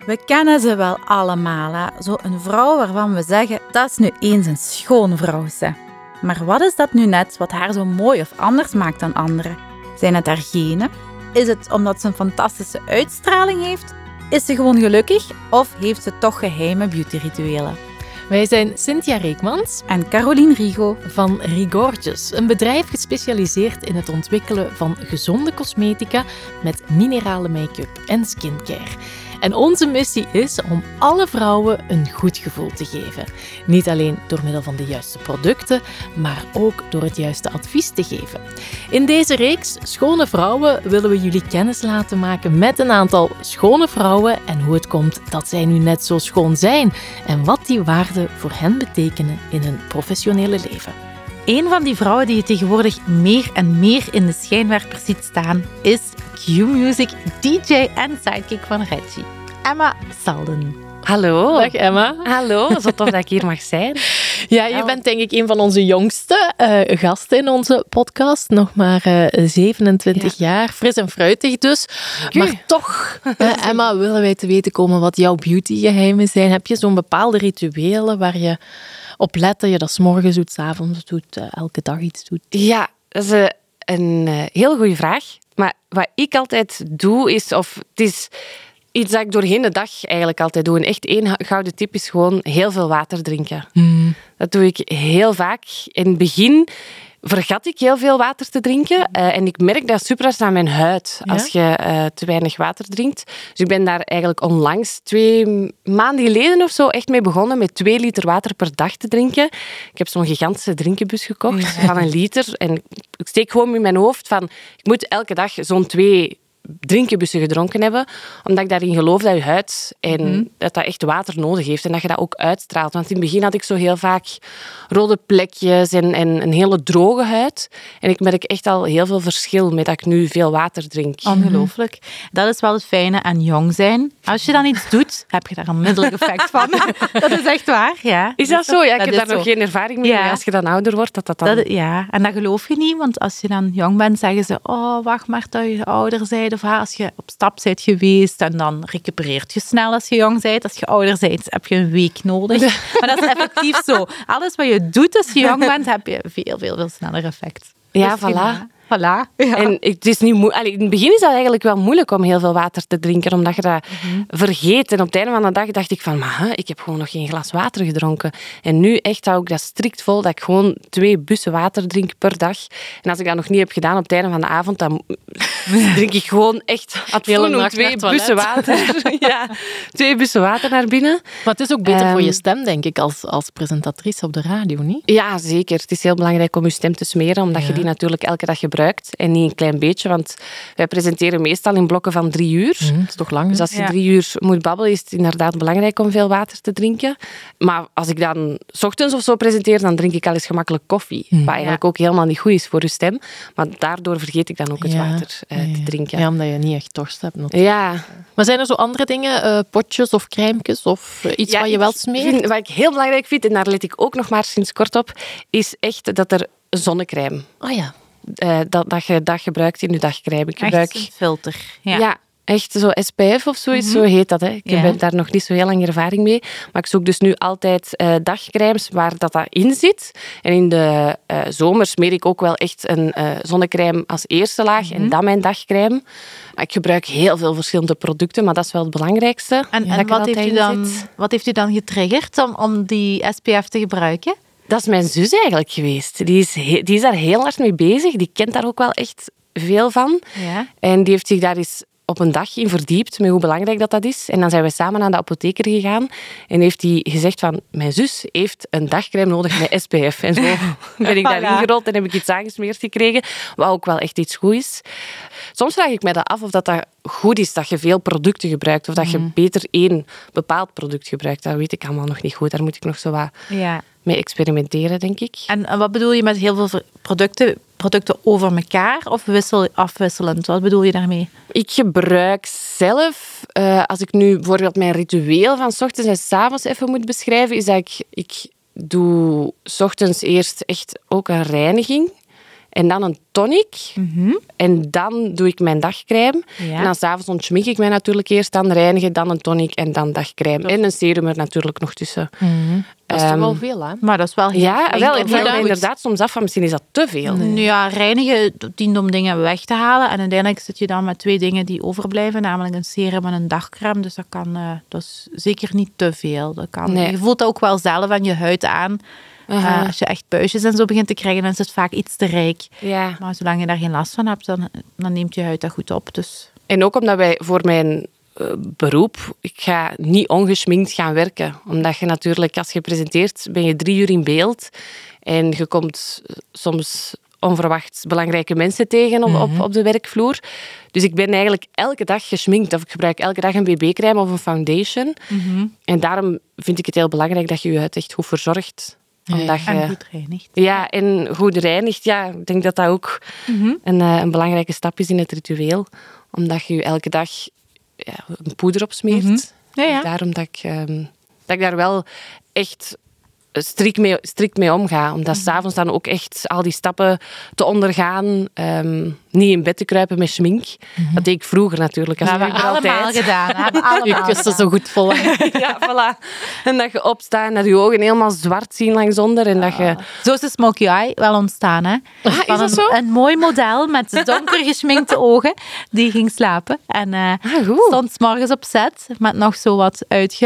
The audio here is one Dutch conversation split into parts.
We kennen ze wel allemaal, hè? Zo een vrouw waarvan we zeggen, dat is nu eens een schone vrouw. Ze. Maar wat is dat nu net wat haar zo mooi of anders maakt dan anderen? Zijn het haar genen? Is het omdat ze een fantastische uitstraling heeft? Is ze gewoon gelukkig of heeft ze toch geheime beautyrituelen? Wij zijn Cynthia Reekmans en Caroline Rigo van Rigorgeous, een bedrijf gespecialiseerd in het ontwikkelen van gezonde cosmetica met minerale make-up en skincare. En onze missie is om alle vrouwen een goed gevoel te geven. Niet alleen door middel van de juiste producten, maar ook door het juiste advies te geven. In deze reeks Schone Vrouwen willen we jullie kennis laten maken met een aantal schone vrouwen en hoe het komt dat zij nu net zo schoon zijn en wat die waarden voor hen betekenen in hun professionele leven. Een van die vrouwen die je tegenwoordig meer en meer in de schijnwerpers ziet staan, is Q-Music DJ en sidekick van Reggie, Emma Salden. Hallo. Dag Emma. Hallo, zo tof dat ik hier mag zijn. Ja, je bent denk ik een van onze jongste gasten in onze podcast. Nog maar 27 jaar, fris en fruitig dus. Maar toch, Emma, willen wij te weten komen wat jouw beautygeheimen zijn. Heb je zo'n bepaalde rituelen waar je op let dat je dat 's morgens doet, 's avonds doet, elke dag iets doet? Ja, dat is een heel goede vraag. Maar wat ik altijd doe is, of het is iets dat ik doorheen de dag eigenlijk altijd doe. En echt één gouden tip is gewoon heel veel water drinken. Dat doe ik heel vaak. In het begin vergat ik heel veel water te drinken. En ik merk dat super aan mijn huid als je te weinig water drinkt. Dus ik ben daar eigenlijk onlangs 2 maanden geleden of zo echt mee begonnen met 2 liter water per dag te drinken. Ik heb zo'n gigantische drinkenbus gekocht van 1 liter. En ik steek gewoon in mijn hoofd van, ik moet elke dag zo'n 2 drinkenbussen gedronken hebben, omdat ik daarin geloof dat je huid en dat echt water nodig heeft en dat je dat ook uitstraalt. Want in het begin had ik zo heel vaak rode plekjes en een hele droge huid. En ik merk echt al heel veel verschil met dat ik nu veel water drink. Ongelooflijk. Dat is wel het fijne aan jong zijn. Als je dan iets doet, heb je daar een onmiddellijk effect van. Dat is echt waar, ja. Is dat zo? Ja, ik heb daar nog geen ervaring mee. Ja. Als je dan ouder wordt, dat dan... Ja, en dat geloof je niet, want als je dan jong bent, zeggen ze, oh, wacht maar tot je ouder bent. Of als je op stap bent geweest en dan recupereert je snel als je jong bent. Als je ouder bent, heb je een week nodig. Maar dat is effectief zo. Alles wat je doet als je jong bent, heb je veel sneller effect. Ja, dus voilà. Voilà. Ja. En het is niet in het begin is dat eigenlijk wel moeilijk om heel veel water te drinken, omdat je dat vergeet. En op het einde van de dag dacht ik van, maar ik heb gewoon nog geen glas water gedronken. En nu echt hou ik dat strikt vol, dat ik gewoon 2 bussen water drink per dag. En als ik dat nog niet heb gedaan op het einde van de avond, dan drink ik gewoon echt hele 2 bussen water. Ja, 2 bussen water naar binnen. Maar het is ook beter voor je stem, denk ik, als presentatrice op de radio, niet? Ja, zeker. Het is heel belangrijk om je stem te smeren, omdat je die natuurlijk elke dag gebruikt. En niet een klein beetje, want wij presenteren meestal in blokken van 3 uur. Dat is toch lang? Dus als je 3 uur moet babbelen, is het inderdaad belangrijk om veel water te drinken. Maar als ik dan 's ochtends of zo presenteer, dan drink ik al eens gemakkelijk koffie. Wat eigenlijk ook helemaal niet goed is voor je stem. Maar daardoor vergeet ik dan ook het water te drinken. Ja, omdat je niet echt dorst hebt. Ja. Maar zijn er zo andere dingen, potjes of crèmekes of iets wat je wel smeert? Wat ik heel belangrijk vind, en daar let ik ook nog maar sinds kort op, is echt dat er zonnecrème... Oh ja. Dat je dat gebruikt in je dagcrème. Ik gebruik echt een filter. Ja, echt zo SPF of zoiets, zo heet dat. Hè. Ik heb daar nog niet zo heel lang ervaring mee. Maar ik zoek dus nu altijd dagcrèmes waar dat in zit. En in de zomer smeer ik ook wel echt een zonnecrème als eerste laag en dan mijn dagcrème. Ik gebruik heel veel verschillende producten, maar dat is wel het belangrijkste. En wat heeft u dan getriggerd om die SPF te gebruiken? Dat is mijn zus eigenlijk geweest. Die is daar heel hard mee bezig. Die kent daar ook wel echt veel van. Ja. En die heeft zich daar eens op een dag in verdiept met hoe belangrijk dat is. En dan zijn we samen naar de apotheker gegaan en heeft hij gezegd van, mijn zus heeft een dagcrème nodig met SPF. En zo ben ik daarin gerold en heb ik iets aangesmeerd gekregen, wat ook wel echt iets goed is. Soms vraag ik me dat af of dat goed is dat je veel producten gebruikt of dat je beter 1 bepaald product gebruikt. Dat weet ik allemaal nog niet goed. Daar moet ik nog zo wat mee experimenteren, denk ik. En wat bedoel je met heel veel producten over elkaar of afwisselend? Wat bedoel je daarmee? Ik gebruik zelf, als ik nu bijvoorbeeld mijn ritueel van 's ochtends en 's avonds even moet beschrijven, is dat ik doe 's ochtends eerst echt ook een reiniging. En dan een tonic. En dan doe ik mijn dagcrème. Ja. En dan 's avonds ontschmink ik mij natuurlijk eerst. Dan reinigen, dan een tonic en dan dagcrème. En een serum er natuurlijk nog tussen. Dat is toch wel veel, hè? Maar dat is wel heel Ja, flink. wel. Ik En vraag dan- me inderdaad soms af van misschien is dat te veel. Ja, reinigen dient om dingen weg te halen. En uiteindelijk zit je dan met 2 dingen die overblijven, namelijk een serum en een dagcrème. Dus dat is zeker niet te veel. Nee. Je voelt dat ook wel zelf aan je huid aan. Als je echt puistjes en zo begint te krijgen, dan is het vaak iets te rijk. Ja. Maar zolang je daar geen last van hebt, dan neemt je huid dat goed op. Dus. En ook omdat wij voor mijn beroep, ik ga niet ongeschminkt gaan werken. Omdat je natuurlijk, als je presenteert, ben je 3 uur in beeld. En je komt soms onverwacht belangrijke mensen tegen op de werkvloer. Dus ik ben eigenlijk elke dag geschminkt. Of ik gebruik elke dag een BB-crème of een foundation. En daarom vind ik het heel belangrijk dat je je huid echt goed verzorgt. Omdat je, En goed reinigt. ja, en goed reinigt. Ja, ik denk dat dat ook een belangrijke stap is in het ritueel. Omdat je elke dag een poeder opsmeert. Ja. Daarom dat ik daar wel echt strikt mee omga. Omdat 's avonds dan ook echt al die stappen te ondergaan. Niet in bed te kruipen met schmink. Dat deed ik vroeger natuurlijk. Als Dat hebben we allemaal gedaan. Dat hebben we allemaal Je kusten gedaan. zo goed vol. Ja, voilà. En dat je opstaat en dat je ogen helemaal zwart zien langs onder. En dat je... Zo is de Smoky Eye wel ontstaan. Hè? is dat zo? Een mooi model met donker geschminkte ogen. Die ging slapen. En goed. stond 's morgens op set met nog zo wat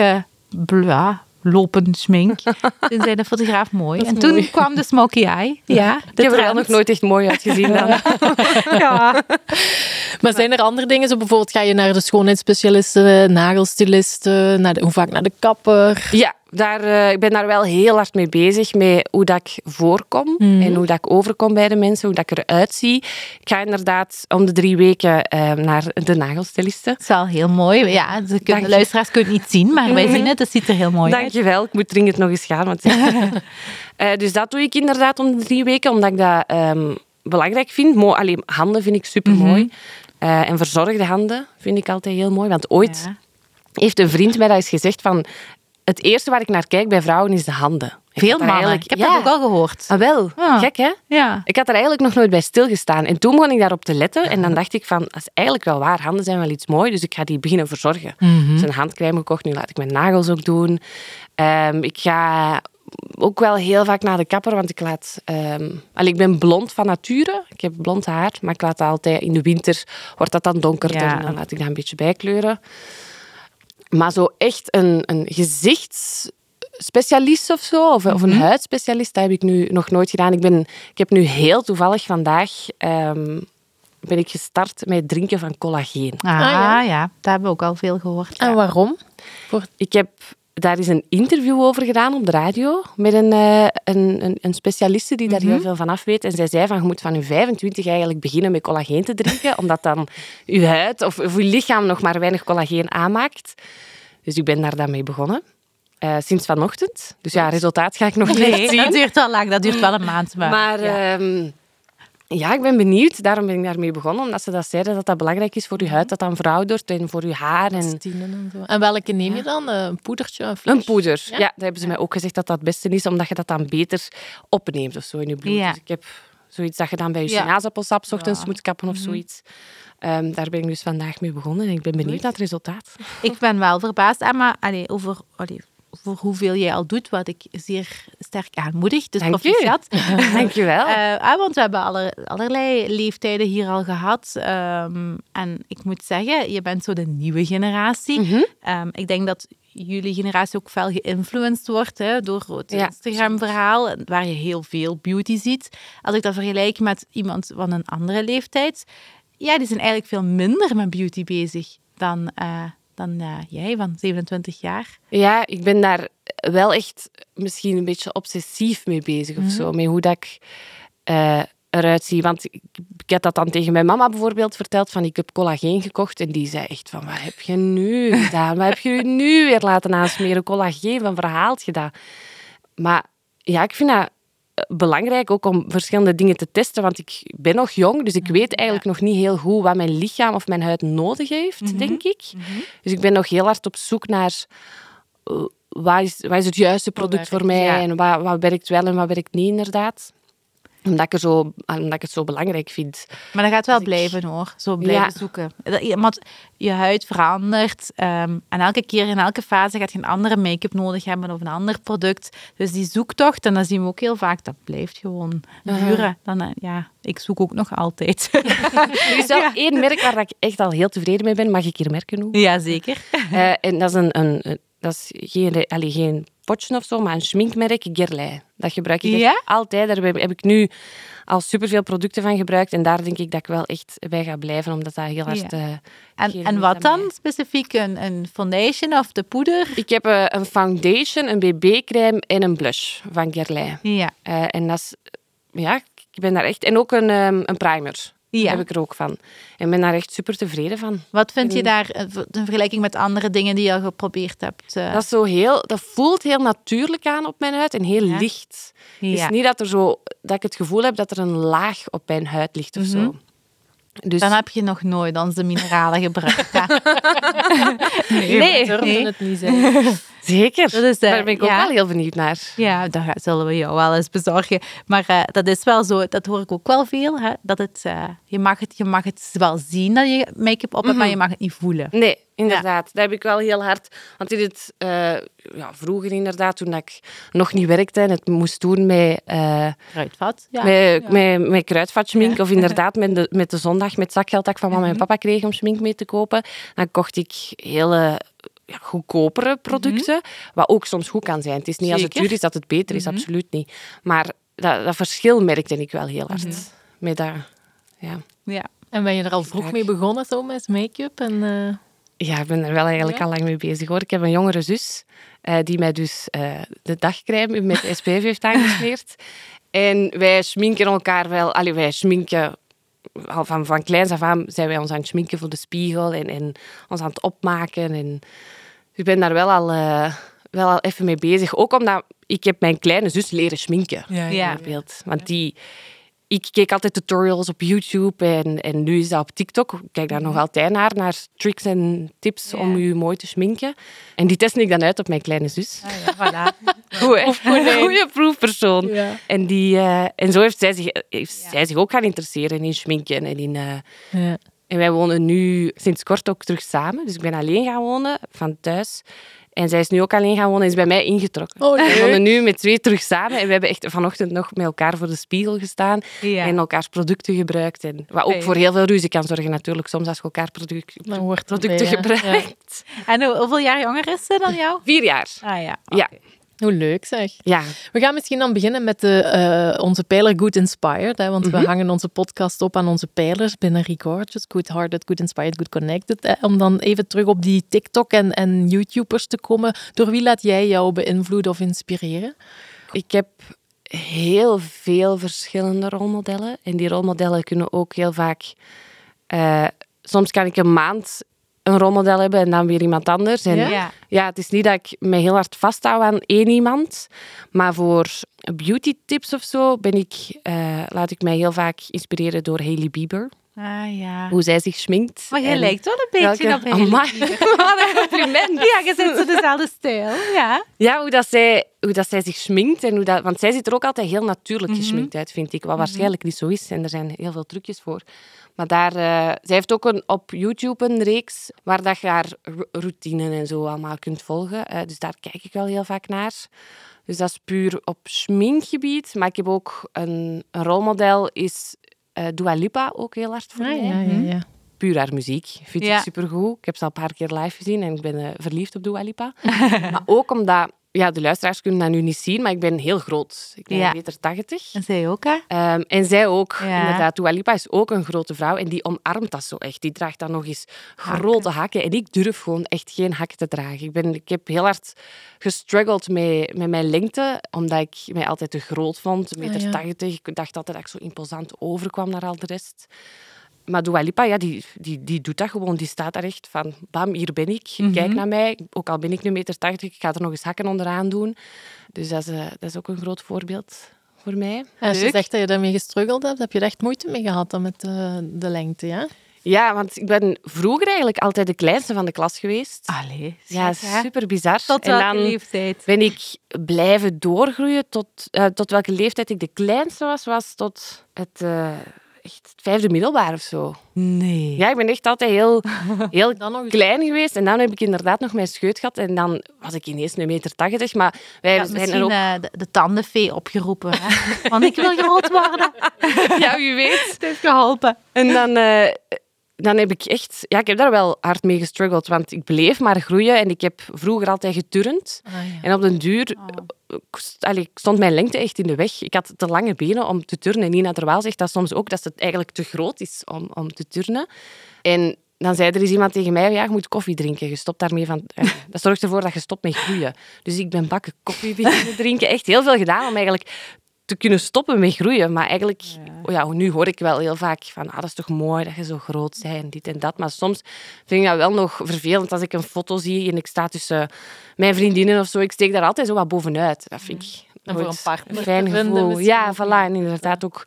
lopend schmink. Toen zei de fotograaf mooi. En toen kwam de Smoky Eye. Ja, Ik heb er wel nog nooit echt mooi uitgezien dan. Ja. Maar zijn er andere dingen? Zo bijvoorbeeld ga je naar de schoonheidsspecialisten, nagelstilisten, hoe vaak naar de kapper? Ja, ik ben daar wel heel hard mee bezig. Met hoe dat ik voorkom en hoe dat ik overkom bij de mensen, hoe dat ik eruit zie. Ik ga inderdaad om de 3 weken naar de nagelstilisten. Het is wel heel mooi. Ja, de luisteraars kunnen het niet zien, maar wij zien het. Het ziet er heel mooi uit. Dankjewel. Ik moet dringend nog eens gaan. Want dus dat doe ik inderdaad om de 3 weken, omdat ik dat belangrijk vind. Alleen handen vind ik supermooi. En verzorgde handen vind ik altijd heel mooi. Want ooit heeft een vriend mij dat eens gezegd van... Het eerste waar ik naar kijk bij vrouwen is de handen. Veel mannen. Ik heb dat ook al gehoord. Ah, wel. Gek, hè? Ja. Ik had er eigenlijk nog nooit bij stilgestaan. En toen begon ik daarop te letten. En dan dacht ik van, dat is eigenlijk wel waar. Handen zijn wel iets moois, dus ik ga die beginnen verzorgen. Dus een handcrème gekocht. Nu laat ik mijn nagels ook doen. Ik ga ook wel heel vaak naar de kapper, want ik ben blond van nature. Ik heb blond haar, maar ik laat dat altijd... In de winter wordt dat dan donkerder. Ja. En dan laat ik dat een beetje bijkleuren. Maar zo echt een gezichtsspecialist of zo, of een huidspecialist, dat heb ik nu nog nooit gedaan. Ik heb nu heel toevallig vandaag ben ik gestart met het drinken van collageen. Ja, daar hebben we ook al veel gehoord. En waarom? Ik heb daar is een interview over gedaan op de radio met een specialiste die daar heel veel van af weet. En zij zei van, je moet van je 25 eigenlijk beginnen met collageen te drinken, omdat dan je huid of je lichaam nog maar weinig collageen aanmaakt. Dus ik ben daar dan mee begonnen. Sinds vanochtend. Dus ja, resultaat ga ik nog niet Nee, zien. dat duurt wel lang. Dat duurt wel een maand. Maar ja, ik ben benieuwd. Daarom ben ik daarmee begonnen. Omdat ze dat zeiden dat dat belangrijk is voor je huid. Dat dat veroudert en voor je haar. En welke neem je dan? Een poedertje? Een poeder. Ja, dat hebben ze mij ook gezegd dat dat het beste is. Omdat je dat dan beter opneemt of zo in je bloed. Ja. Dus ik heb zoiets dat je dan bij je sinaasappelsap 's ochtends moet kappen of zoiets. Daar ben ik dus vandaag mee begonnen. En ik ben benieuwd naar het resultaat. Ik ben wel verbaasd, Emma, over hoeveel jij al doet, wat ik zeer sterk aanmoedig. Dus Dank proficiat. Dank je wel. Want we hebben allerlei leeftijden hier al gehad. En ik moet zeggen, je bent zo de nieuwe generatie. Ik denk dat jullie generatie ook fel geïnfluenced wordt door het Instagram-verhaal, waar je heel veel beauty ziet. Als ik dat vergelijk met iemand van een andere leeftijd, ja, die zijn eigenlijk veel minder met beauty bezig dan jij van 27 jaar. Ja, ik ben daar wel echt misschien een beetje obsessief mee bezig of zo. Met hoe dat ik eruit zie. Want ik heb dat dan tegen mijn mama bijvoorbeeld verteld, van ik heb collageen gekocht. En die zei echt van, wat heb je nu gedaan? Wat heb je nu weer laten aansmeren? Collageen, van waar haalt je dat? Maar ja, ik vind dat belangrijk ook om verschillende dingen te testen, want ik ben nog jong, dus ik weet eigenlijk nog niet heel goed wat mijn lichaam of mijn huid nodig heeft, denk ik. Dus ik ben nog heel hard op zoek naar wat is het juiste product voor mij en wat werkt wel en wat werkt niet, inderdaad. Omdat ik het zo belangrijk vind. Maar dat gaat wel blijven, hoor. Zo blijven zoeken. Want je huid verandert. En elke keer, in elke fase, gaat je een andere make-up nodig hebben of een ander product. Dus die zoektocht, en dat zien we ook heel vaak, dat blijft gewoon duren. Dan, ik zoek ook nog altijd. Er is wel één merk waar ik echt al heel tevreden mee ben. Mag ik hier merken noemen? Ja, zeker. En dat is dat is geen potje of zo, maar een schminkmerk, Guerlain. Dat gebruik ik echt altijd. Daar heb ik nu al superveel producten van gebruikt. En daar denk ik dat ik wel echt bij ga blijven, omdat dat heel hard... En wat dan specifiek? Een foundation of de poeder? Ik heb een foundation, een bb-crème en een blush van Guerlain. Ja. En dat is... Ja, ik ben daar echt... En ook een primer. Ja. Heb ik er ook van. En ben daar echt super tevreden van. Wat vind je daar in vergelijking met andere dingen die je al geprobeerd hebt? Dat voelt heel natuurlijk aan op mijn huid en heel licht. Het is niet dat ik het gevoel heb dat er een laag op mijn huid ligt of zo. Dus... Dan heb je nog nooit onze mineralen gebruikt. Nee, durfde het niet zijn. Zeker, daar ben ik ook wel heel benieuwd naar. Ja, dat zullen we jou wel eens bezorgen. Maar dat is wel zo, dat hoor ik ook wel veel. Hè, dat je mag het wel zien dat je make-up op hebt, maar je mag het niet voelen. Nee, inderdaad. Dat heb ik wel heel hard. Want vroeger inderdaad, toen ik nog niet werkte en het moest doen met... Kruidvat. Met kruidvatschmink of inderdaad met de zondag met zakgeld dat ik van mama en papa kreeg om schmink mee te kopen. Dan kocht ik hele... goedkopere producten, wat ook soms goed kan zijn. Het is niet als het duur is dat het beter is, absoluut niet. Maar dat verschil merkte ik wel heel hard. Met dat, ja. En ben je er al vroeg mee begonnen, zo, met make-up? Ja, ik ben er wel eigenlijk al lang mee bezig, hoor. Ik heb een jongere zus, die mij dus de dagcrème met SPF heeft aangesmeerd. En wij schminken elkaar wel... wij schminken... Al van kleins af aan zijn wij ons aan het schminken voor de spiegel en ons aan het opmaken. En ik ben daar wel al even mee bezig. Ook omdat ik heb mijn kleine zus leren schminken, bijvoorbeeld. Want ik keek altijd tutorials op YouTube en nu is dat op TikTok. Ik kijk daar nog altijd naar tricks en tips om je mooi te schminken. En die test ik dan uit op mijn kleine zus. Voilà. Goeie proefpersoon. Ja. En zo heeft zij zich ook gaan interesseren in schminken. En wij wonen nu sinds kort ook terug samen. Dus ik ben alleen gaan wonen van thuis. En zij is nu ook alleen gaan wonen en is bij mij ingetrokken. We wonen nu met 2 terug samen. En we hebben echt vanochtend nog met elkaar voor de spiegel gestaan. Ja. En elkaars producten gebruikt. En wat ook voor heel veel ruzie kan zorgen natuurlijk. Soms als je elkaar producten gebruikt. Ja. En hoeveel jaar jonger is ze dan jou? 4 jaar. Ah ja, okay. Ja. Hoe leuk, zeg. Ja. We gaan misschien dan beginnen met onze pijler Good Inspired. Hè, want we hangen onze podcast op aan onze pijlers binnen Regorgeous. Good Hearted, Good Inspired, Good Connected. Hè, om dan even terug op die TikTok en YouTubers te komen. Door wie laat jij jou beïnvloeden of inspireren? Ik heb heel veel verschillende rolmodellen. En die rolmodellen kunnen ook heel vaak... soms kan ik een maand... een rolmodel hebben en dan weer iemand anders. En het is niet dat ik me heel hard vasthoud aan één iemand. Maar voor beauty tips of zo laat ik mij heel vaak inspireren door Hailey Bieber. Ah, ja. Hoe zij zich schminkt. Maar jij lijkt wel een beetje op Hailey Bieber. Wat een compliment. Ja, je zit zo dezelfde stijl. Ja, hoe dat zij zich schminkt. Want zij ziet er ook altijd heel natuurlijk geschminkt uit, vind ik. Wat waarschijnlijk niet zo is. En er zijn heel veel trucjes voor. Maar zij heeft ook op YouTube een reeks waar dat je haar routine en zo allemaal kunt volgen. Dus daar kijk ik wel heel vaak naar. Dus dat is puur op schminkgebied. Maar ik heb ook een rolmodel, is Dua Lipa ook heel hard voor mij. Ja. Puur haar muziek vind ik supergoed. Ik heb ze al een paar keer live gezien en ik ben verliefd op Dua Lipa. Maar ook omdat... Ja, de luisteraars kunnen dat nu niet zien, maar ik ben heel groot. Ik ben 1,80 meter. En zij ook, hè? En zij ook, inderdaad. Dua Lipa is ook een grote vrouw en die omarmt dat zo echt. Die draagt dan nog eens grote hakken. En ik durf gewoon echt geen hakken te dragen. Ik heb heel hard gestruggeld met mijn lengte, omdat ik mij altijd te groot vond. 1,80 meter. Ik dacht altijd dat ik zo imposant overkwam naar al de rest. Maar Dua Lipa, die doet dat gewoon. Die staat daar echt van, bam, hier ben ik. Kijk naar mij. Ook al ben ik nu 1,80 meter, ik ga er nog eens hakken onderaan doen. Dus dat is ook een groot voorbeeld voor mij. Als je zegt dat je daarmee gestruggeld hebt, heb je er echt moeite mee gehad dan met de lengte, ja? Ja, want ik ben vroeger eigenlijk altijd de kleinste van de klas geweest. Allee, Ja, super bizar. Tot En welke dan leeftijd? ben ik blijven doorgroeien tot welke leeftijd ik de kleinste was tot echt het 5e middelbaar of zo. Nee. Ja, ik ben echt altijd heel Dan nog eens. klein geweest. En dan heb ik inderdaad nog mijn scheut gehad. En dan was ik ineens 1,80 meter. Maar wij Ja, zijn misschien er ook... de tandenfee opgeroepen. Hè? Want ik wil groot worden. Ja, wie weet. Het heeft geholpen. En dan heb ik echt... Ja, ik heb daar wel hard mee gestruggeld. Want ik bleef maar groeien. En ik heb vroeger altijd geturnd. Ah, ja. En op den duur stond mijn lengte echt in de weg. Ik had te lange benen om te turnen. En Nina Terwaal zegt dat soms ook, dat het eigenlijk te groot is om te turnen. En dan zei er eens iemand tegen mij, ja, je moet koffie drinken. Je stopt daarmee van... dat zorgt ervoor dat je stopt met groeien. Dus ik ben bakken koffie beginnen drinken. Echt heel veel gedaan om eigenlijk te kunnen stoppen met groeien. Maar eigenlijk, nu hoor ik wel heel vaak van, dat is toch mooi dat je zo groot bent en dit en dat. Maar soms vind ik dat wel nog vervelend als ik een foto zie en ik sta tussen mijn vriendinnen of zo. Ik steek daar altijd zo wat bovenuit. Dat vind ik En voor nooit een partner een fijn te vinden gevoel. misschien Ja, ook voilà. En inderdaad ook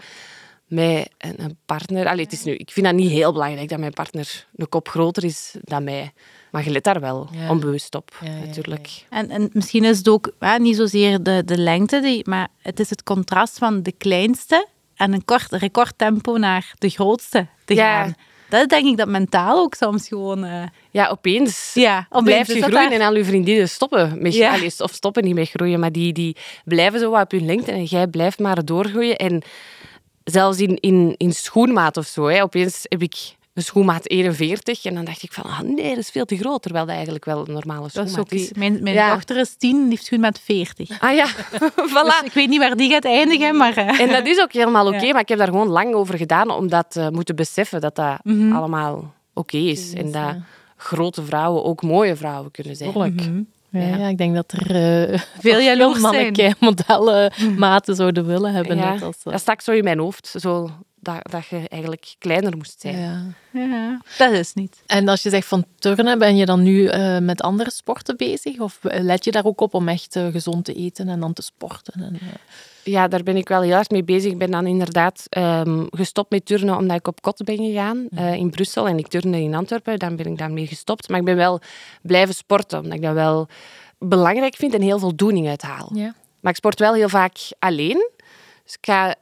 met een partner. Allee, het is nu, ik vind dat niet heel belangrijk dat mijn partner een kop groter is dan mij. Maar je let daar wel onbewust op, natuurlijk. En misschien is het ook niet zozeer de lengte, maar het is het contrast van de kleinste en een recordtempo naar de grootste te gaan. Dat is denk ik dat mentaal ook soms gewoon... Ja, opeens blijf je is dat groeien daar. en al je vriendinnen stoppen met Ja. of stoppen niet met groeien, maar die blijven zo wat op hun lengte en jij blijft maar doorgroeien. En zelfs in schoenmaat of zo, opeens heb ik een schoenmaat 41 en dan dacht ik van, nee, dat is veel te groot, terwijl dat eigenlijk wel een normale Dat schoenmaat is is. oké. Mijn dochter is 10, die heeft schoen met 40. Ah ja, voilà. Dus ik weet niet waar die gaat eindigen, maar... En dat is ook helemaal oké, maar ik heb daar gewoon lang over gedaan om dat moeten beseffen, dat dat allemaal oké is. En dat grote vrouwen ook mooie vrouwen kunnen zijn. Tuurlijk. Ja, ik denk dat er Veel jaloers mannen modellen maten zouden willen hebben. Ja, Net als, dat stak zo in mijn hoofd, zo dat je eigenlijk kleiner moest zijn. Ja, dat is niet. En als je zegt van turnen, ben je dan nu met andere sporten bezig? Of let je daar ook op om echt gezond te eten en dan te sporten? En, Ja, daar ben ik wel heel hard mee bezig. Ik ben dan inderdaad gestopt met turnen omdat ik op kot ben gegaan in Brussel. En ik turnde in Antwerpen, dan ben ik daarmee gestopt. Maar ik ben wel blijven sporten, omdat ik dat wel belangrijk vind en heel voldoening uithaal. Ja. Maar ik sport wel heel vaak alleen. Dus ik ga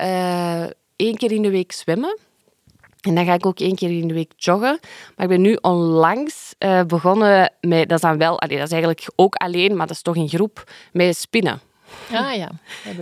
1 keer in de week zwemmen. En dan ga ik ook 1 keer in de week joggen. Maar ik ben nu onlangs begonnen met... Dat is dan wel... dat is eigenlijk ook alleen, maar dat is toch in groep, met spinnen. Ah ja.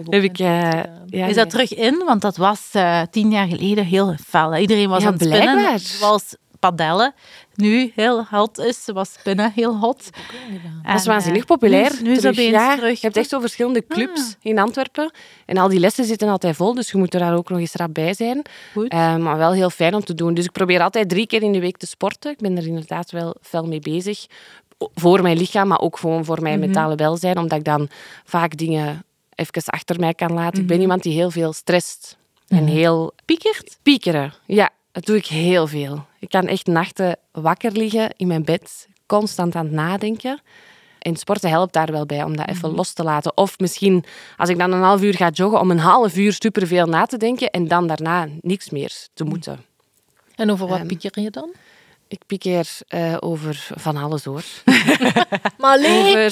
Is dat terug in? Want dat was 10 jaar geleden heel fel. Iedereen was aan het spinnen. blijkbaar. Zoals padellen nu heel hot is, was spinnen heel hot. Dat is waanzinnig populair. Nu is terug. opeens Ja, terug. je hebt echt zo verschillende clubs in Antwerpen. En al die lessen zitten altijd vol, dus je moet er daar ook nog eens rap bij zijn. Goed. Maar wel heel fijn om te doen. Dus ik probeer altijd 3 keer in de week te sporten. Ik ben er inderdaad wel fel mee bezig. Voor mijn lichaam, maar ook gewoon voor mijn mentale welzijn. Omdat ik dan vaak dingen even achter mij kan laten. Ik ben iemand die heel veel stresst. En heel... Piekeren, ja. Dat doe ik heel veel. Ik kan echt nachten wakker liggen in mijn bed, constant aan het nadenken. En sporten helpt daar wel bij, om dat even los te laten. Of misschien, als ik dan een half uur ga joggen, om een half uur superveel na te denken en dan daarna niks meer te moeten. En over wat pieker je dan? Ik pieker over van alles, hoor. Maar alleen...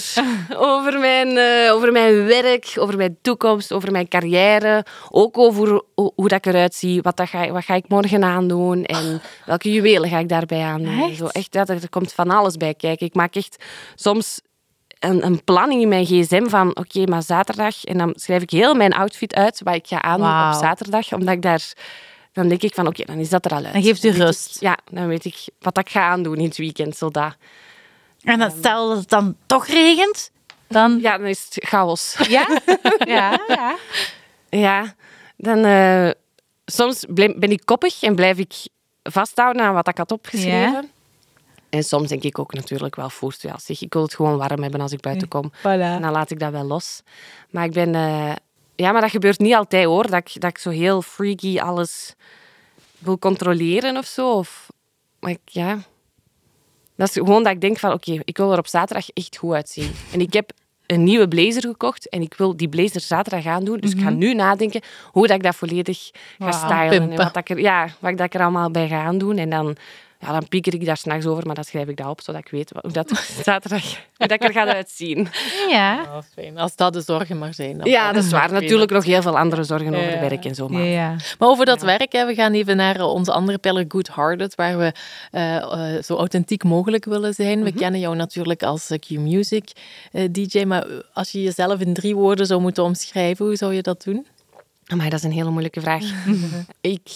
Over mijn werk, over mijn toekomst, over mijn carrière. Ook over hoe dat ik eruit zie, wat ga ik morgen aandoen en welke juwelen ga ik daarbij aandoen. Echt? Zo, echt, er komt van alles bij kijken. Ik maak echt soms een planning in mijn gsm van oké, maar zaterdag. En dan schrijf ik heel mijn outfit uit wat ik ga aandoen op zaterdag, omdat ik daar... Dan denk ik van, oké, dan is dat er al uit. Dan geeft u rust. Dan weet ik wat ik ga aandoen in het weekend. Zodat. En dan stel dat het dan toch regent, dan... Ja, dan is het chaos. Ja? Ja. Ja, dan... soms ben ik koppig en blijf ik vasthouden aan wat ik had opgeschreven. Ja. En soms denk ik ook natuurlijk wel voort. Ja, zeg, ik wil het gewoon warm hebben als ik buiten kom. Voilà. En dan laat ik dat wel los. Maar ik ben... Ja, maar dat gebeurt niet altijd, hoor. Dat ik zo heel freaky alles wil controleren of zo. Maar dat is gewoon dat ik denk van, oké, ik wil er op zaterdag echt goed uitzien. En ik heb een nieuwe blazer gekocht en ik wil die blazer zaterdag gaan doen. Dus ik ga nu nadenken hoe dat ik dat volledig ga stylen. En wat ik er allemaal bij ga doen. En dan Ja, dan pieker ik daar 's nachts over, maar dan schrijf ik dat op, zodat ik weet hoe dat zaterdag hoe dat ik er ga uitzien. Ja. Oh, fijn. Als dat de zorgen maar zijn. Dan Ja, dat is waar. Natuurlijk nog heel veel andere zorgen over werk en zo. Maar... Ja. Maar over dat werk, hè, we gaan even naar onze andere pillar Good Hearted, waar we zo authentiek mogelijk willen zijn. We kennen jou natuurlijk als Q-Music DJ, maar als je jezelf in 3 woorden zou moeten omschrijven, hoe zou je dat doen? Amai, dat is een hele moeilijke vraag. Ik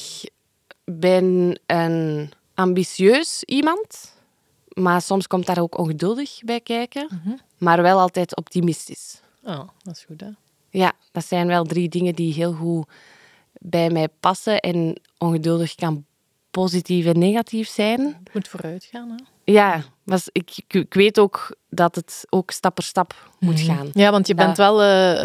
ben een ambitieus iemand, maar soms komt daar ook ongeduldig bij kijken, maar wel altijd optimistisch. Oh, dat is goed, hè? Ja, dat zijn wel 3 dingen die heel goed bij mij passen. En ongeduldig kan positief en negatief zijn. Het moet vooruit gaan, hè? Ja, maar ik weet ook dat het ook stap per stap moet gaan. Ja, want je bent wel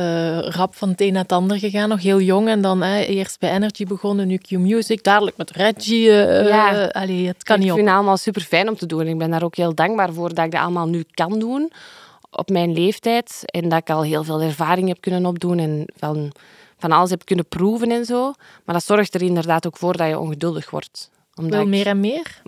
rap van het een naar het ander gegaan, nog heel jong. En dan eerst bij Energy begonnen, nu Q-Music, dadelijk met Reggie. Allee, het kan niet Ik op. vind het allemaal super fijn om te doen. Ik ben daar ook heel dankbaar voor dat ik dat allemaal nu kan doen op mijn leeftijd. En dat ik al heel veel ervaring heb kunnen opdoen en van alles heb kunnen proeven en zo. Maar dat zorgt er inderdaad ook voor dat je ongeduldig wordt. Wil meer en meer?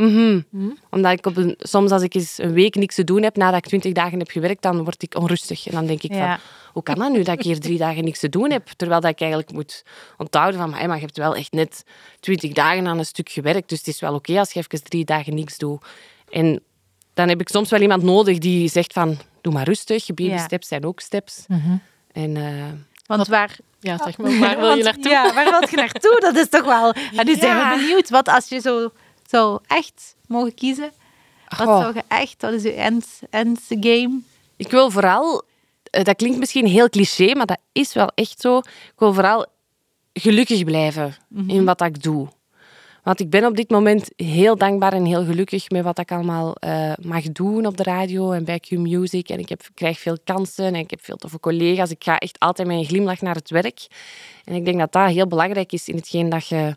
Omdat ik soms als ik eens een week niks te doen heb, nadat ik 20 dagen heb gewerkt, dan word ik onrustig. En dan denk ik van, hoe kan dat nu dat ik hier 3 dagen niks te doen heb? Terwijl dat ik eigenlijk moet onthouden van, maar je hebt wel echt net 20 dagen aan een stuk gewerkt. Dus het is wel oké als je even 3 dagen niks doet. En dan heb ik soms wel iemand nodig die zegt van, doe maar rustig. Baby steps zijn ook steps. En... Want waar... Ja, zeg maar, waar wil je naartoe? Ja, waar wil je naartoe? Dat is toch wel... En nu zijn we benieuwd. Wat als je zo echt mogen kiezen? Wat zou je echt... Wat is je end game? Ik wil vooral... Dat klinkt misschien heel cliché, maar dat is wel echt zo. Ik wil vooral gelukkig blijven in wat ik doe. Want ik ben op dit moment heel dankbaar en heel gelukkig met wat ik allemaal mag doen op de radio en bij Q-Music. En ik krijg veel kansen en ik heb veel toffe collega's. Ik ga echt altijd met een glimlach naar het werk. En ik denk dat dat heel belangrijk is in hetgeen dat je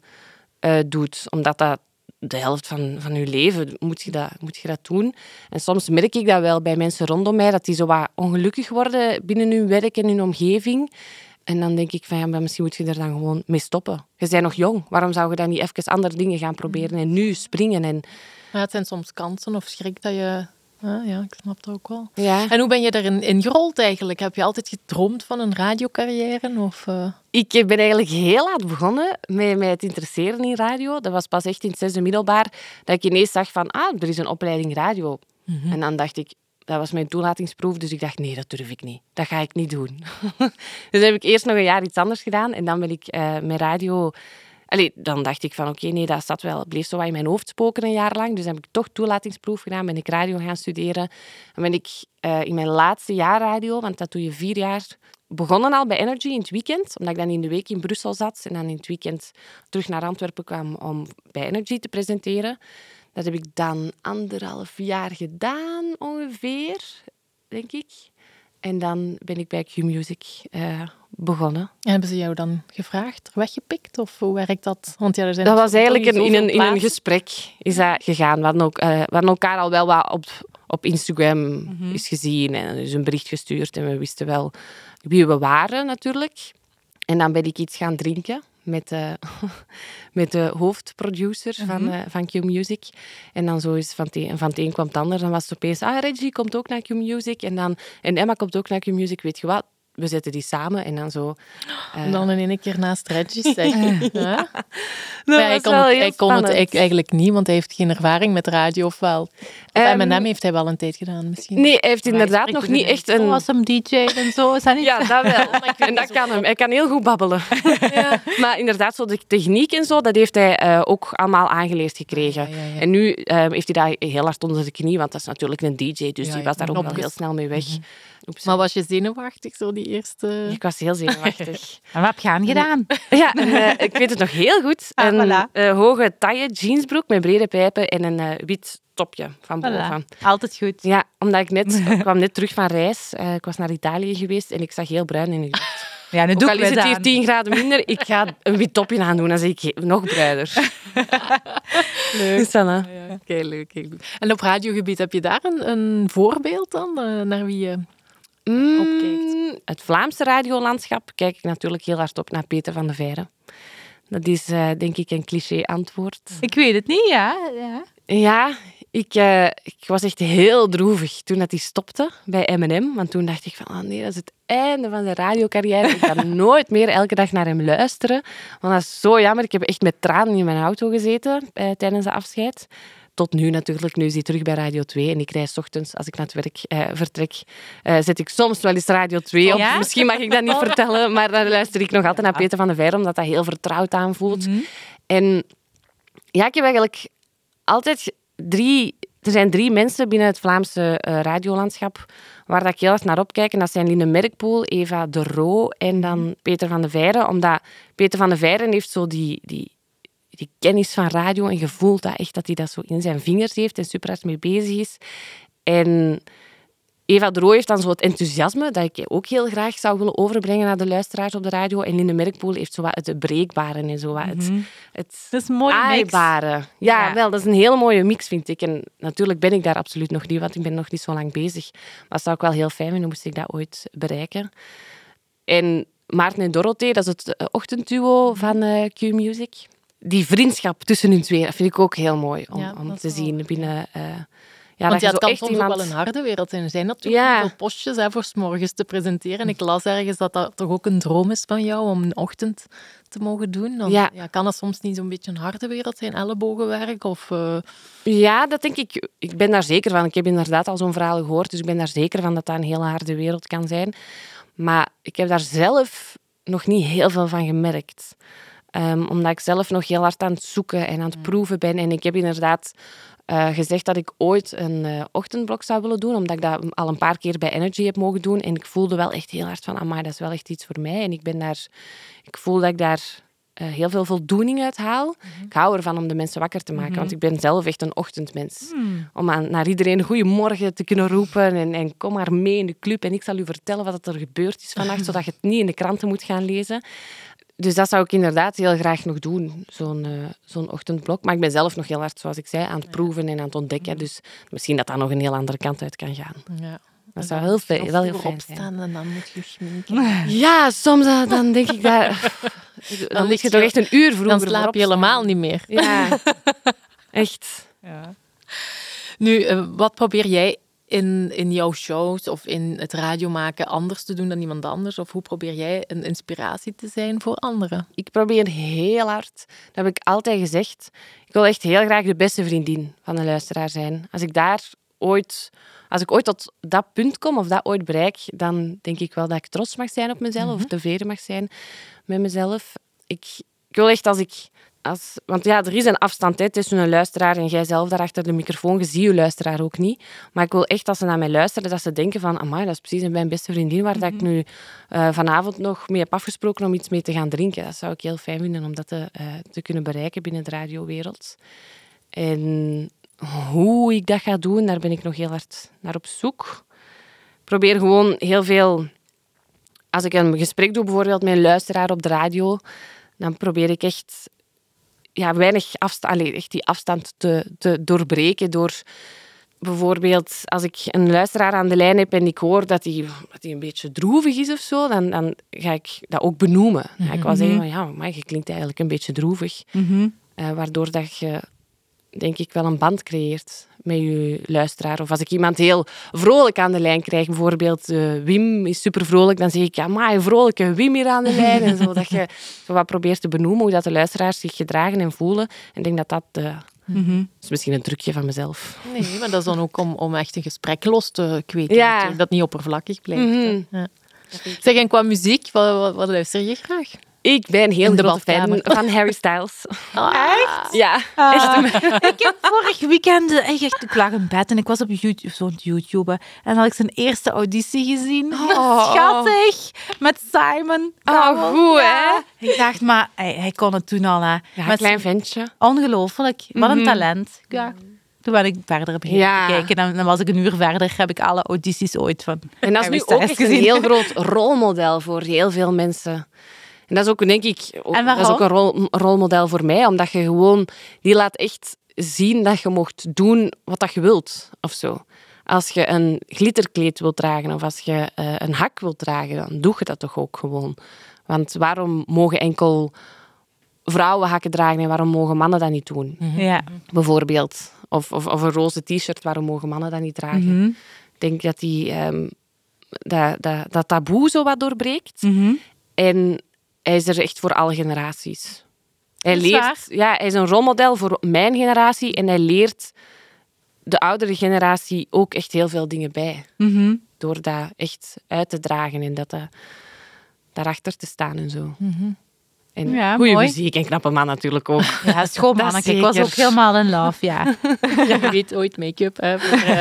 doet. Omdat dat de helft van je leven moet je dat doen. En soms merk ik dat wel bij mensen rondom mij, dat die zo wat ongelukkig worden binnen hun werk en hun omgeving. En dan denk ik van, ja, maar misschien moet je er dan gewoon mee stoppen. Je bent nog jong. Waarom zou je dan niet even andere dingen gaan proberen en nu springen? En... Ja, het zijn soms kansen of schrik dat je... Ja, ik snap dat ook wel. Ja. En hoe ben je daarin in gerold eigenlijk? Heb je altijd gedroomd van een radiocarrière? Of, Ik ben eigenlijk heel laat begonnen met mij te interesseren in radio. Dat was pas echt in het 6e middelbaar dat ik ineens zag van, er is een opleiding radio. En dan dacht ik, dat was mijn toelatingsproef, dus ik dacht, nee, dat durf ik niet. Dat ga ik niet doen. Dus heb ik eerst nog een jaar iets anders gedaan en dan ben ik met radio... dan dacht ik van, oké, nee, dat zat wel, bleef zo wat in mijn hoofd spoken een jaar lang. Dus heb ik toch toelatingsproef gedaan, ben ik radio gaan studeren. En ben ik in mijn laatste jaar radio, want dat doe je 4 jaar, begonnen al bij Energy in het weekend, omdat ik dan in de week in Brussel zat en dan in het weekend terug naar Antwerpen kwam om bij Energy te presenteren. Dat heb ik dan 1,5 jaar gedaan, ongeveer, denk ik. En dan ben ik bij Q-Music begonnen. En hebben ze jou dan gevraagd, weggepikt? Of hoe werkt dat? Want ja, er zijn dat was eigenlijk in een gesprek. gesprek is dat gegaan. We hadden elkaar al wel wat op Instagram eens gezien en dus een bericht gestuurd. En we wisten wel wie we waren, natuurlijk. En dan ben ik iets gaan drinken met de hoofdproducer van Q-Music. En dan zo is van het een kwam het ander. Dan was het opeens, Reggie komt ook naar Q-Music. En Emma komt ook naar Q-Music. Weet je wat? We zetten die samen en dan zo... Dan in één keer naast Reggie zeggen. Ja. Dat Hij kon het eigenlijk niet, want hij heeft geen ervaring met radio, of wel? M&M heeft hij wel een tijd gedaan, misschien. Nee, hij heeft inderdaad nog niet echt een... Was hem DJ en zo, is dat niet? Ja, dat wel. En dat kan hem. Hij kan heel goed babbelen. Ja. Maar inderdaad, zo de techniek en zo, dat heeft hij ook allemaal aangeleerd gekregen. Ja. En nu heeft hij dat heel hard onder de knie, want dat is natuurlijk een DJ, dus die was daar ook wel heel snel mee weg. Oeps. Maar was je zenuwachtig, zo die eerste... Ik was heel zenuwachtig. En wat heb je aangedaan? Ja, ik weet het nog heel goed. Een hoge taille jeansbroek met brede pijpen en een wit topje van boven. Altijd goed. Ja, omdat ik kwam net terug van reis. Ik was naar Italië geweest en ik zag heel bruin in de gezicht. Ja, nu ook al is het hier 10 graden minder, ik ga een wit topje aandoen, dan zie ik nog bruiner. Leuk. Dus dan, ja, kei leuk. En op radiogebied, heb je daar een voorbeeld dan, naar wie je opkijkt? Het Vlaamse radiolandschap kijk ik natuurlijk heel hard op naar Peter van de Veire. Dat is denk ik een cliché antwoord. Ik weet het niet, ja. Ja, ik was echt heel droevig toen dat die stopte bij M&M. Want toen dacht ik van, oh nee, dat is het einde van de radiocarrière. Ik ga nooit meer elke dag naar hem luisteren. Want dat is zo jammer. Ik heb echt met tranen in mijn auto gezeten tijdens de afscheid. Tot nu natuurlijk. Nu is hij terug bij Radio 2. En ik reis 's ochtends, als ik naar het werk vertrek, zet ik soms wel eens Radio 2 op. Ja? Misschien mag ik dat niet vertellen, maar dan luister ik nog altijd naar Peter van de Veire, omdat dat heel vertrouwd aanvoelt. En ja, ik heb eigenlijk altijd er zijn 3 mensen binnen het Vlaamse radiolandschap waar dat ik heel erg naar opkijk. En dat zijn Line Merkpoel, Eva de Roo en dan Peter van de Veire. Omdat Peter van de Veire heeft zo die kennis van radio en je voelt dat echt dat hij dat zo in zijn vingers heeft en super hard mee bezig is. En Eva de Roo heeft dan zo het enthousiasme dat ik ook heel graag zou willen overbrengen naar de luisteraars op de radio. En Line Merkpoel heeft zo wat het breekbare en zo wat het Dat is een mooie mix. aaibare. Ja, wel, dat is een hele mooie mix, vind ik. En natuurlijk ben ik daar absoluut nog niet, want ik ben nog niet zo lang bezig. Maar dat zou ik wel heel fijn vinden, moest ik dat ooit bereiken. En Maarten en Dorothee, dat is het ochtendduo van Q-Music. Die vriendschap tussen hun twee, dat vind ik ook heel mooi om te zien binnen... Want het kan echt soms iemand... ook wel een harde wereld zijn. Er zijn natuurlijk veel postjes voor 's morgens te presenteren. En ik las ergens dat dat toch ook een droom is van jou om een ochtend te mogen doen. Dan, kan dat soms niet zo'n beetje een harde wereld zijn, ellebogenwerk? Ja, dat denk ik. Ik ben daar zeker van. Ik heb inderdaad al zo'n verhaal gehoord, dus ik ben daar zeker van dat dat een hele harde wereld kan zijn. Maar ik heb daar zelf nog niet heel veel van gemerkt. Omdat ik zelf nog heel hard aan het zoeken en aan het proeven ben. En ik heb inderdaad gezegd dat ik ooit een ochtendblok zou willen doen, omdat ik dat al een paar keer bij Energy heb mogen doen. En ik voelde wel echt heel hard van, amai, dat is wel echt iets voor mij. En ik voel dat ik daar heel veel voldoening uit haal. Ik hou ervan om de mensen wakker te maken, want ik ben zelf echt een ochtendmens. Om naar iedereen goeiemorgen te kunnen roepen en kom maar mee in de club en ik zal u vertellen wat er gebeurd is vannacht, zodat je het niet in de kranten moet gaan lezen. Dus dat zou ik inderdaad heel graag nog doen, zo'n ochtendblok. Maar ik ben zelf nog heel hard, zoals ik zei, aan het proeven en aan het ontdekken. Dus misschien dat nog een heel andere kant uit kan gaan. Ja. Dat zou wel heel fijn zijn. En dan moet je schminken. Ja, soms dan denk ik daar... Dan lig je toch echt een uur vroeger. Dan slaap je helemaal niet meer. Ja, echt. Ja. Nu, wat probeer jij in jouw shows of in het radiomaken anders te doen dan iemand anders? Of hoe probeer jij een inspiratie te zijn voor anderen? Ik probeer heel hard, dat heb ik altijd gezegd, ik wil echt heel graag de beste vriendin van de luisteraar zijn. Als ik ooit tot dat punt kom of dat ooit bereik, dan denk ik wel dat ik trots mag zijn op mezelf of tevreden mag zijn met mezelf. Ik wil echt want ja, er is een afstand tussen een luisteraar en jijzelf daar achter de microfoon. Je ziet je luisteraar ook niet. Maar ik wil echt, als ze naar mij luisteren, dat ze denken van amai, dat is precies mijn beste vriendin waar dat ik nu vanavond nog mee heb afgesproken om iets mee te gaan drinken. Dat zou ik heel fijn vinden om dat te kunnen bereiken binnen de radiowereld. En hoe ik dat ga doen, daar ben ik nog heel hard naar op zoek. Ik probeer gewoon heel veel... Als ik een gesprek doe, bijvoorbeeld met een luisteraar op de radio, dan probeer ik echt... weinig afstand, echt die afstand te doorbreken door bijvoorbeeld als ik een luisteraar aan de lijn heb en ik hoor dat hij een beetje droevig is of zo, dan ga ik dat ook benoemen. Dan ga ik wel zeggen van ja, maar je klinkt eigenlijk een beetje droevig. Waardoor dat je, denk ik, wel een band creëert met je luisteraar. Of als ik iemand heel vrolijk aan de lijn krijg, bijvoorbeeld Wim is super vrolijk, dan zeg ik, ja, maar een vrolijke Wim hier aan de lijn. En zo, dat je zo wat probeert te benoemen, hoe dat de luisteraars zich gedragen en voelen. En ik denk dat dat is misschien een trucje van mezelf. Nee, maar dat is dan ook om echt een gesprek los te kweken. Ja. Dat niet oppervlakkig blijft. Ja. Zeg, en qua muziek, wat luister je graag? Ik ben heel grote fan van Harry Styles. Echt? Ja, echt. Ik heb vorig weekend ik lag in bed en ik was op YouTube en had ik zijn eerste auditie gezien. Schattig. Met Simon. Goed, hè? Ik dacht, maar hij kon het toen al. Ja, een klein ventje. Ongelooflijk. Wat een talent. Ja. Toen ben ik verder beginnen te kijken. En dan was ik een uur verder, heb ik alle audities ooit van En dat is nu ook echt een heel groot rolmodel voor heel veel mensen. En dat is ook, denk ik, dat is ook een rolmodel voor mij, omdat je gewoon, die laat echt zien dat je mocht doen wat dat je wilt, of zo. Als je een glitterkleed wilt dragen of als je een hak wilt dragen, dan doe je dat toch ook gewoon. Want waarom mogen enkel vrouwenhakken dragen en waarom mogen mannen dat niet doen? Ja. Bijvoorbeeld. Of een roze t-shirt, waarom mogen mannen dat niet dragen? Ik denk dat dat taboe zo wat doorbreekt. En hij is er echt voor alle generaties. Hij is een rolmodel voor mijn generatie en hij leert de oudere generatie ook echt heel veel dingen bij. Door dat echt uit te dragen en daarachter te staan en zo. En goede muziek en knappe man natuurlijk ook. Ja, schoon manneke. Ik was ook helemaal in love, ja. Je weet ooit make-up, hè,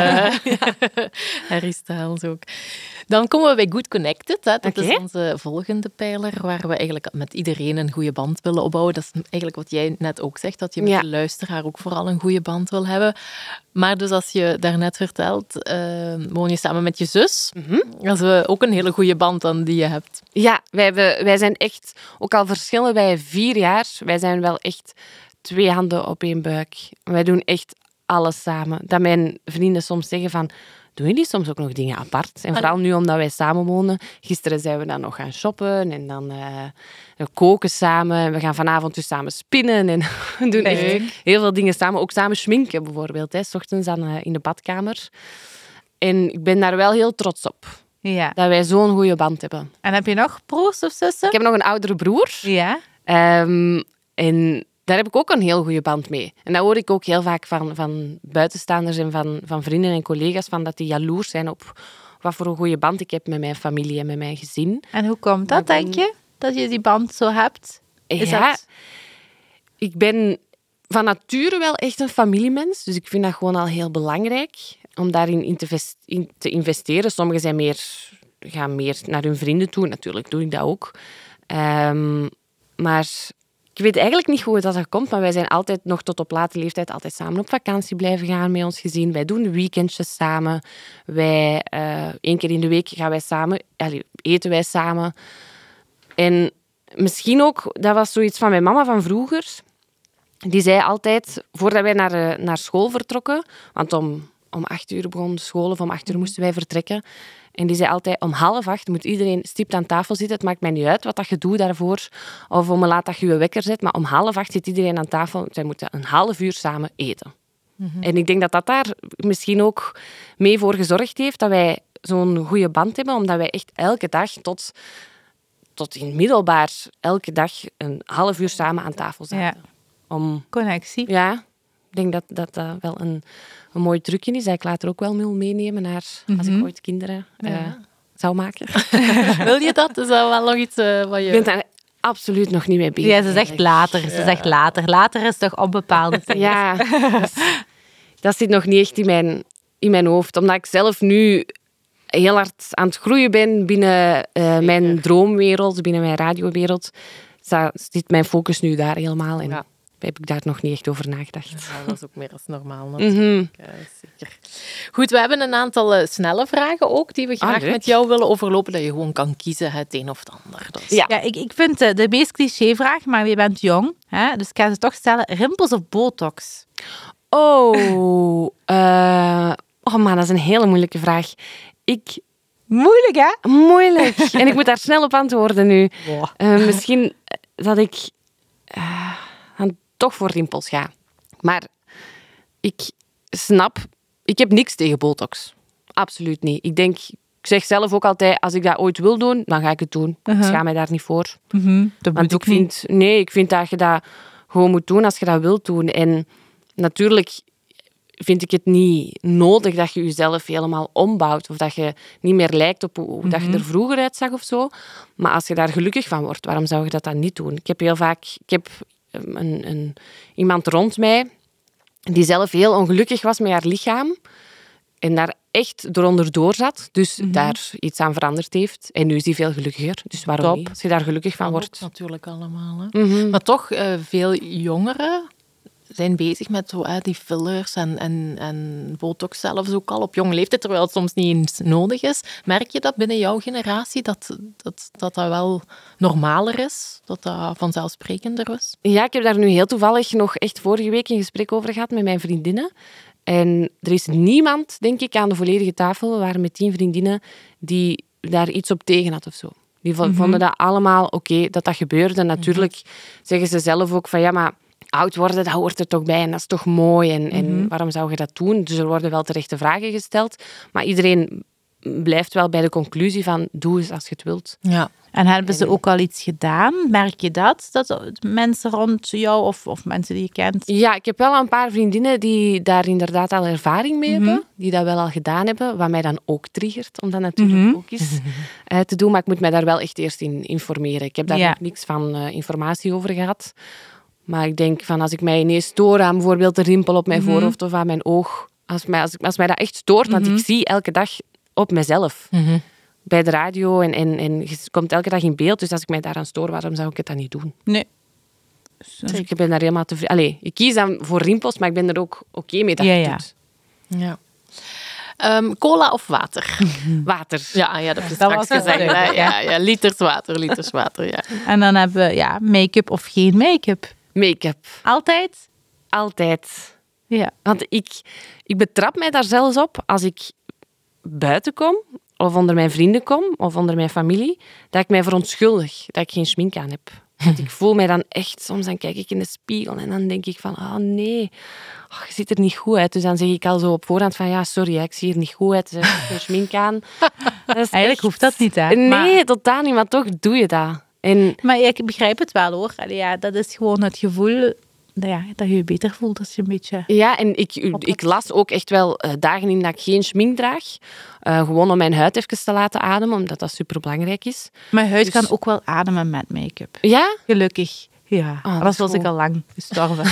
Harry Styles ook. Dan komen we bij Good Connected. Hè. Dat is onze volgende pijler, waar we eigenlijk met iedereen een goede band willen opbouwen. Dat is eigenlijk wat jij net ook zegt, dat je met de luisteraar ook vooral een goede band wil hebben. Maar dus als je daarnet vertelt, woon je samen met je zus. Dat is ook een hele goede band dan die je hebt. Ja, wij zijn echt, ook al verschillen wij 4 jaar, wij zijn wel echt 2 handen op 1 buik. Wij doen echt alles samen. Dat mijn vrienden soms zeggen van, doen jullie soms ook nog dingen apart? En vooral nu omdat wij samen wonen. Gisteren zijn we dan nog gaan shoppen en dan we koken samen. En we gaan vanavond dus samen spinnen en we doen echt heel veel dingen samen. Ook samen schminken bijvoorbeeld, hè. 's Ochtends dan in de badkamer. En ik ben daar wel heel trots op. Ja. Dat wij zo'n goede band hebben. En heb je nog broers of zussen? Ik heb nog een oudere broer. Ja. En daar heb ik ook een heel goede band mee. En dat hoor ik ook heel vaak van buitenstaanders en van vrienden en collega's, van dat die jaloers zijn op wat voor een goede band ik heb met mijn familie en met mijn gezin. En hoe komt dat, denk je? Dat je die band zo hebt? Ik ben van nature wel echt een familiemens. Dus ik vind dat gewoon al heel belangrijk om daarin in te investeren. Sommigen gaan meer naar hun vrienden toe. Natuurlijk doe ik dat ook. Maar ik weet eigenlijk niet hoe dat komt, maar wij zijn altijd nog tot op late leeftijd altijd samen op vakantie blijven gaan met ons gezin. Wij doen weekendjes samen. 1 keer in de week gaan wij samen, eten wij samen. En misschien ook, dat was zoiets van mijn mama van vroeger. Die zei altijd, voordat wij naar school vertrokken, want om 8 uur begon de school, of om 8 uur moesten wij vertrekken. En die zei altijd, om 7:30 moet iedereen stipt aan tafel zitten. Het maakt mij niet uit wat dat je doet daarvoor, of om laat dat je je wekker zet, maar om 7:30 zit iedereen aan tafel. Zij moeten een half uur samen eten. En ik denk dat dat daar misschien ook mee voor gezorgd heeft, dat wij zo'n goede band hebben, omdat wij echt elke dag tot in het middelbaar elke dag een half uur samen aan tafel zaten. Ja. Connectie. Ja, ik denk dat wel een mooi trucje is. Dat ik later ook wel wil meenemen naar als ik ooit kinderen zou maken. Wil je dat? Is dat wel nog iets wat je... Ik ben daar absoluut nog niet mee bezig. Ja, ze zegt later. Ze zegt later. Later is toch onbepaalde tijd. Ja, dat zit nog niet echt in mijn hoofd. Omdat ik zelf nu heel hard aan het groeien ben binnen mijn droomwereld, binnen mijn radiowereld. Zit mijn focus nu daar helemaal in. Heb ik daar nog niet echt over nagedacht. Ja, dat is ook meer als normaal natuurlijk. Zeker. Goed, we hebben een aantal snelle vragen ook, die we graag met jou willen overlopen, dat je gewoon kan kiezen het een of het ander. Dus. Ja, ik vind de meest cliché-vraag, maar je bent jong, hè? Dus ik ga ze toch stellen. Rimpels of botox? Man, dat is een hele moeilijke vraag. Moeilijk, hè? Moeilijk. En ik moet daar snel op antwoorden nu. Misschien dat ik dan toch voor rimpels ga. Maar ik heb niks tegen botox. Absoluut niet. Ik zeg zelf ook altijd, als ik dat ooit wil doen, dan ga ik het doen. Ik schaam mij daar niet voor. Want ik vind dat je dat gewoon moet doen als je dat wilt doen. En natuurlijk vind ik het niet nodig dat je jezelf helemaal ombouwt of dat je niet meer lijkt op hoe dat je er vroeger uitzag of zo. Maar als je daar gelukkig van wordt, waarom zou je dat dan niet doen? Ik heb iemand rond mij die zelf heel ongelukkig was met haar lichaam en daar echt eronder door zat. Dus daar iets aan veranderd heeft. En nu is hij veel gelukkiger. Dus waarom niet? Als je daar gelukkig van wordt. Natuurlijk allemaal. Hè? Maar toch, veel jongeren zijn bezig met die fillers en botox zelfs ook al op jonge leeftijd, terwijl het soms niet eens nodig is. Merk je dat binnen jouw generatie, dat wel normaler is? Dat dat vanzelfsprekender is? Ja, ik heb daar nu heel toevallig nog echt vorige week een gesprek over gehad met mijn vriendinnen. En er is niemand, denk ik, aan de volledige tafel, we waren met 10 vriendinnen, die daar iets op tegen had of zo. Die vonden dat allemaal oké, dat gebeurde. Natuurlijk zeggen ze zelf ook van, ja, maar oud worden, dat hoort er toch bij en dat is toch mooi. En waarom zou je dat doen? Dus er worden wel terechte vragen gesteld. Maar iedereen blijft wel bij de conclusie van, doe eens als je het wilt. Ja. En hebben ze ook al iets gedaan? Merk je dat mensen rond jou of mensen die je kent? Ja, ik heb wel een paar vriendinnen die daar inderdaad al ervaring mee hebben. Die dat wel al gedaan hebben. Wat mij dan ook triggert, om dat natuurlijk ook eens te doen. Maar ik moet mij daar wel echt eerst in informeren. Ik heb daar nog niks van informatie over gehad. Maar ik denk van, als ik mij ineens stoor aan bijvoorbeeld de rimpel op mijn voorhoofd of aan mijn oog. Als mij dat echt stoort, want ik zie elke dag op mezelf. Bij de radio en je komt elke dag in beeld. Dus als ik mij daaraan stoor, waarom zou ik het dan niet doen? Nee. Dus ik ben daar helemaal tevreden. Allee, ik kies dan voor rimpels, maar ik ben er ook oké mee dat je het doet. Ja. Cola of water? Water. Ja, dat heb je straks gezegd. Ja, liters water, ja. En dan hebben we make-up of geen make-up. Make-up. Altijd? Altijd. Ja. Want ik betrap mij daar zelfs op als ik buiten kom, of onder mijn vrienden kom, of onder mijn familie, dat ik mij verontschuldig dat ik geen schmink aan heb. Want ik voel mij dan echt, soms dan kijk ik in de spiegel en dan denk ik van, nee, je ziet er niet goed uit. Dus dan zeg ik al zo op voorhand van, ja, sorry, ik zie er niet goed uit, ik heb geen schmink aan. Eigenlijk hoeft dat niet, hè? Nee, totaal niet, maar toch doe je dat. Maar ik begrijp het wel, hoor. Dat is gewoon het gevoel dat je je beter voelt als je een beetje... Ja, en ik las ook echt wel dagen in dat ik geen schmink draag. Gewoon om mijn huid even te laten ademen, omdat dat superbelangrijk is. Mijn huid kan ook wel ademen met make-up. Ja? Gelukkig. Ja, anders was ik al lang gestorven.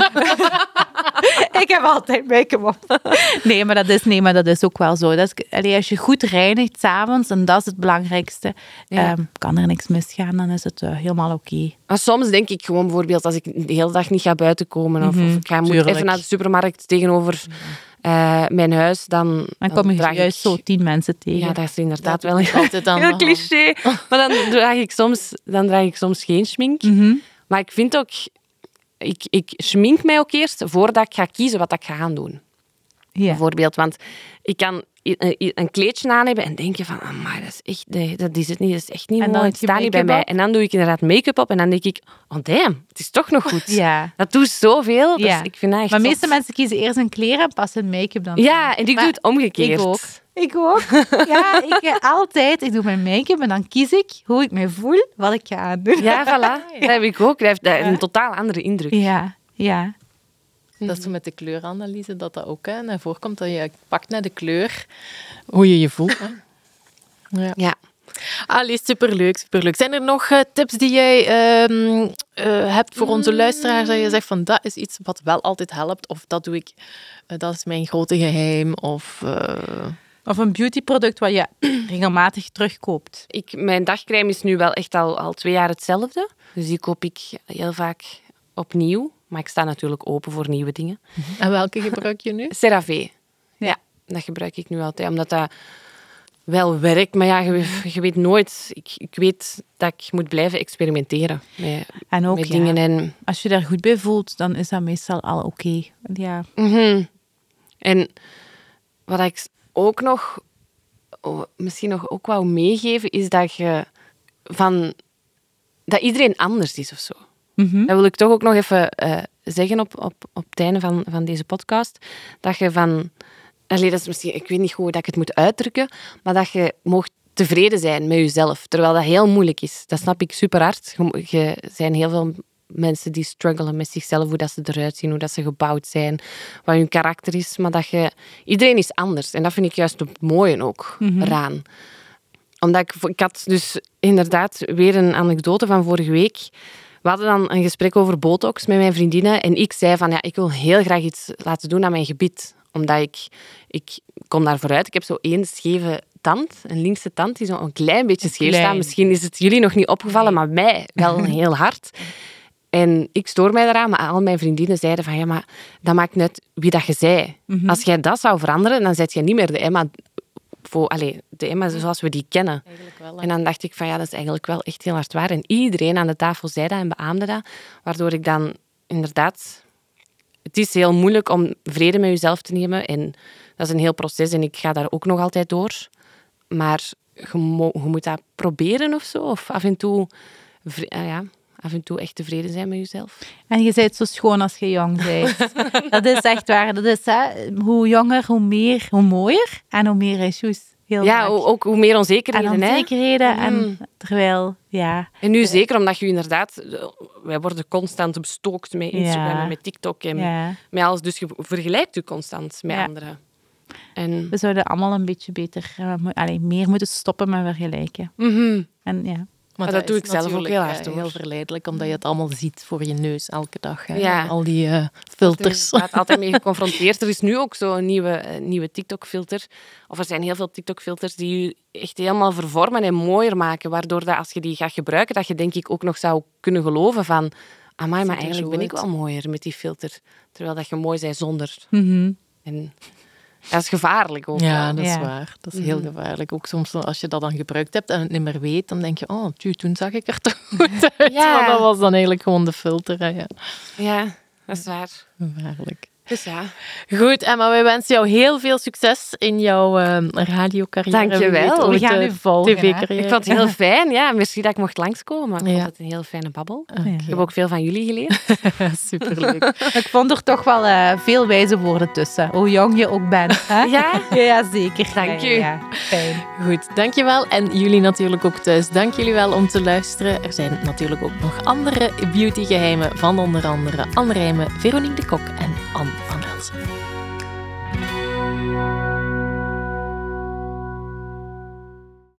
Ik heb altijd make-up op. Nee, maar dat is ook wel zo. Als je goed reinigt 's avonds, en dat is het belangrijkste, kan er niks misgaan, dan is het helemaal oké. Maar soms denk ik gewoon bijvoorbeeld, als ik de hele dag niet ga buiten komen, of ik moet even naar de supermarkt tegenover mijn huis, dan kom je juist zo 10 mensen tegen. Ja, dat is inderdaad wel altijd dan heel cliché. Maar dan draag ik soms geen schmink. Maar ik vind ook... Ik schmink mij ook eerst voordat ik ga kiezen wat ik ga gaan doen. Ja. Bijvoorbeeld, want ik kan een kleedje aan hebben en denk je van, amai, dat is echt, dat is het niet, dat is echt niet en mooi, het staat niet bij mij. En dan doe ik inderdaad make-up op en dan denk ik, oh damn, het is toch nog goed. Ja. Dat doet zoveel, dus Ja. ik vind dat echt Maar de zot. meeste mensen kiezen eerst hun kleren en pas hun make-up dan. Ja, en ik doe het omgekeerd. Ik ook. Ja, altijd. Ik doe mijn make-up en dan kies ik hoe ik me voel, wat ik ga aandoen. Ja, voilà. Dat heb ik ook. Dat heeft een totaal andere indruk. Ja. Dat is zo met de kleuranalyse dat ook naar voren komt. Dat je pakt naar de kleur hoe je je voelt. Hè. Ja. Allee, superleuk. Zijn er nog tips die jij hebt voor onze luisteraars? Dat je zegt van, dat is iets wat wel altijd helpt. Of dat doe ik, dat is mijn grote geheim. Of een beautyproduct wat je regelmatig terugkoopt. Mijn dagcrème is nu wel echt al 2 jaar hetzelfde. Dus die koop ik heel vaak opnieuw. Maar ik sta natuurlijk open voor nieuwe dingen. En welke gebruik je nu? CeraVe. Ja, dat gebruik ik nu altijd. Omdat dat wel werkt. Maar ja, je weet nooit. Ik weet dat ik moet blijven experimenteren met dingen. En als je daar goed bij voelt, dan is dat meestal al oké. Ja. En wat ik ook nog misschien nog ook wou meegeven, is dat dat iedereen anders is of zo. Dat wil ik toch ook nog even zeggen op het einde van deze podcast. Dat je dat is misschien, ik weet niet goed hoe ik het moet uitdrukken, maar dat je mocht tevreden zijn met jezelf. Terwijl dat heel moeilijk is. Dat snap ik super hard. Er zijn heel veel mensen die struggelen met zichzelf, hoe dat ze eruit zien, hoe dat ze gebouwd zijn, wat hun karakter is. Maar iedereen is anders. En dat vind ik juist het mooie ook eraan. Omdat ik had dus inderdaad weer een anekdote van vorige week. We hadden dan een gesprek over botox met mijn vriendinnen. En ik zei van, ik wil heel graag iets laten doen aan mijn gebied. Omdat ik kom daar vooruit. Ik heb zo 1 scheve tand, een linkse tand, die zo een klein beetje scheef staat. Misschien is het jullie nog niet opgevallen, maar mij wel heel hard. En ik stoor mij daaraan, maar al mijn vriendinnen zeiden van, ja, maar dat maakt net wie dat je zei. Als jij dat zou veranderen, dan zet je niet meer de Emma... de Emma zoals we die kennen. Wel, en dan dacht ik van, dat is eigenlijk wel echt heel hard waar. En iedereen aan de tafel zei dat en beaamde dat. Waardoor ik dan inderdaad... Het is heel moeilijk om vrede met jezelf te nemen. En dat is een heel proces en ik ga daar ook nog altijd door. Maar je moet dat proberen of zo. Of af en toe echt tevreden zijn met jezelf. En je bent zo schoon als je jong bent. Dat is echt waar. Dat is, hoe jonger, hoe mooier en hoe meer issues. Heel Ja, vaak. ook hoe meer onzekerheden. En onzekerheden. En terwijl, ja. En nu zeker omdat je inderdaad... Wij worden constant bestookt met Instagram en met TikTok en met alles. Dus je vergelijkt je constant met anderen. En... We zouden allemaal een beetje beter... meer moeten stoppen met vergelijken. Mm-hmm. En ja... Maar dat doe ik zelf ook heel hard, hoor. Heel verleidelijk, omdat je het allemaal ziet voor je neus elke dag. Hè? Ja. Al die filters. Je wordt altijd mee geconfronteerd. Er is nu ook zo'n nieuwe TikTok-filter. Of er zijn heel veel TikTok-filters die je echt helemaal vervormen en mooier maken. Waardoor dat als je die gaat gebruiken, dat je denk ik ook nog zou kunnen geloven van... Amai, maar eigenlijk ben ik wel mooier met die filter. Terwijl dat je mooi bent zonder. Mm-hmm. En dat is gevaarlijk ook. Ja, dat is waar. Dat is heel gevaarlijk. Ook soms als je dat dan gebruikt hebt en het niet meer weet, dan denk je, toen zag ik er toch goed uit. Ja. Maar dat was dan eigenlijk gewoon de filter. Hè, ja. Ja, dat is waar. Gevaarlijk. Dus ja. Goed, Emma, wij wensen jou heel veel succes in jouw radiocarrière. Dank je wel. We gaan u volgen. TV-carrière. Ik vond het heel fijn. Ja, merci dat ik mocht langskomen. Ik Ja. vond het een heel fijne babbel. Okay. Ik heb ook veel van jullie geleerd. Superleuk. Ik vond er toch wel veel wijze woorden tussen. Hoe jong je ook bent. Hè? Ja? Ja, zeker. Dank u. Ja, fijn. Goed, dankjewel. En jullie natuurlijk ook thuis. Dank jullie wel om te luisteren. Er zijn natuurlijk ook nog andere beautygeheimen van onder andere Anne Rijmen, Veronique de Kok en Anne van Velzen.